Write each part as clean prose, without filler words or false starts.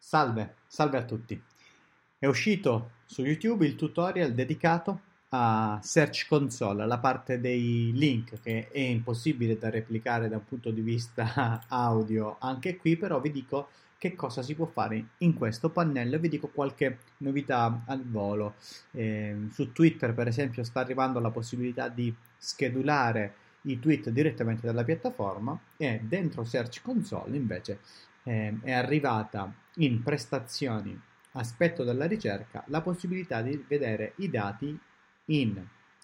Salve a tutti. È uscito su YouTube il tutorial dedicato a Search Console, la parte dei link che è impossibile da replicare da un punto di vista audio anche qui, però vi dico che cosa si può fare in questo pannello e vi dico qualche novità al volo. Su Twitter, per esempio, sta arrivando la possibilità di schedulare i tweet direttamente dalla piattaforma e dentro Search Console invece è arrivata in prestazioni aspetto della ricerca la possibilità di vedere i dati in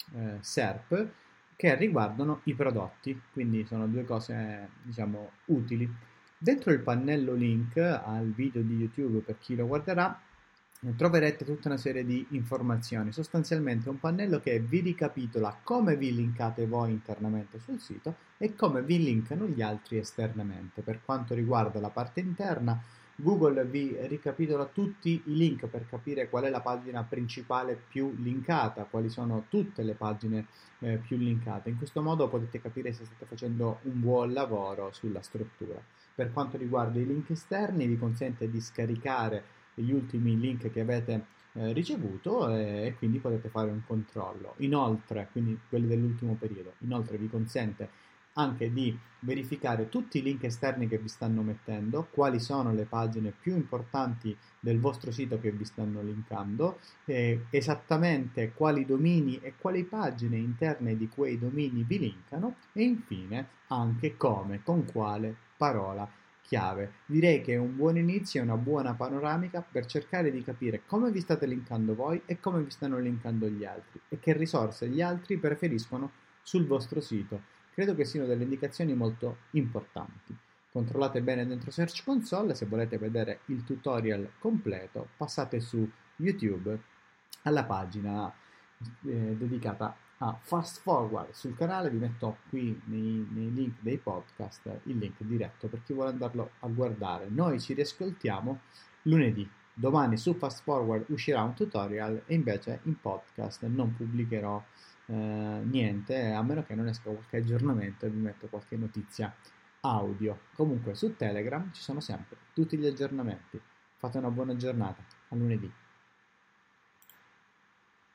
SERP che riguardano i prodotti, quindi sono due cose diciamo utili. Dentro il pannello link al video di YouTube per chi lo guarderà troverete tutta una serie di informazioni, sostanzialmente un pannello che vi ricapitola come vi linkate voi internamente sul sito e come vi linkano gli altri esternamente. Per quanto riguarda la parte interna, Google vi ricapitola tutti i link per capire qual è la pagina principale più linkata, quali sono tutte le pagine più linkate. In questo modo potete capire se state facendo un buon lavoro sulla struttura. Per quanto riguarda i link esterni, vi consente di scaricare gli ultimi link che avete ricevuto e quindi potete fare un controllo. Inoltre, quindi quelli dell'ultimo periodo, inoltre vi consente anche di verificare tutti i link esterni che vi stanno mettendo, quali sono le pagine più importanti del vostro sito che vi stanno linkando, esattamente quali domini e quali pagine interne di quei domini vi linkano e infine anche come, con quale parola chiave. Direi che è un buon inizio e una buona panoramica per cercare di capire come vi state linkando voi e come vi stanno linkando gli altri e che risorse gli altri preferiscono sul vostro sito. Credo che siano delle indicazioni molto importanti. Controllate bene dentro Search Console, se volete vedere il tutorial completo passate su YouTube alla pagina dedicata a Fast Forward. Sul canale vi metto qui nei link dei podcast il link diretto per chi vuole andarlo a guardare. Noi ci riascoltiamo lunedì. Domani su Fast Forward uscirà un tutorial e invece in podcast non pubblicherò niente, a meno che non esca qualche aggiornamento e vi metto qualche notizia audio. Comunque su Telegram ci sono sempre tutti gli aggiornamenti. Fate una buona giornata. A lunedì.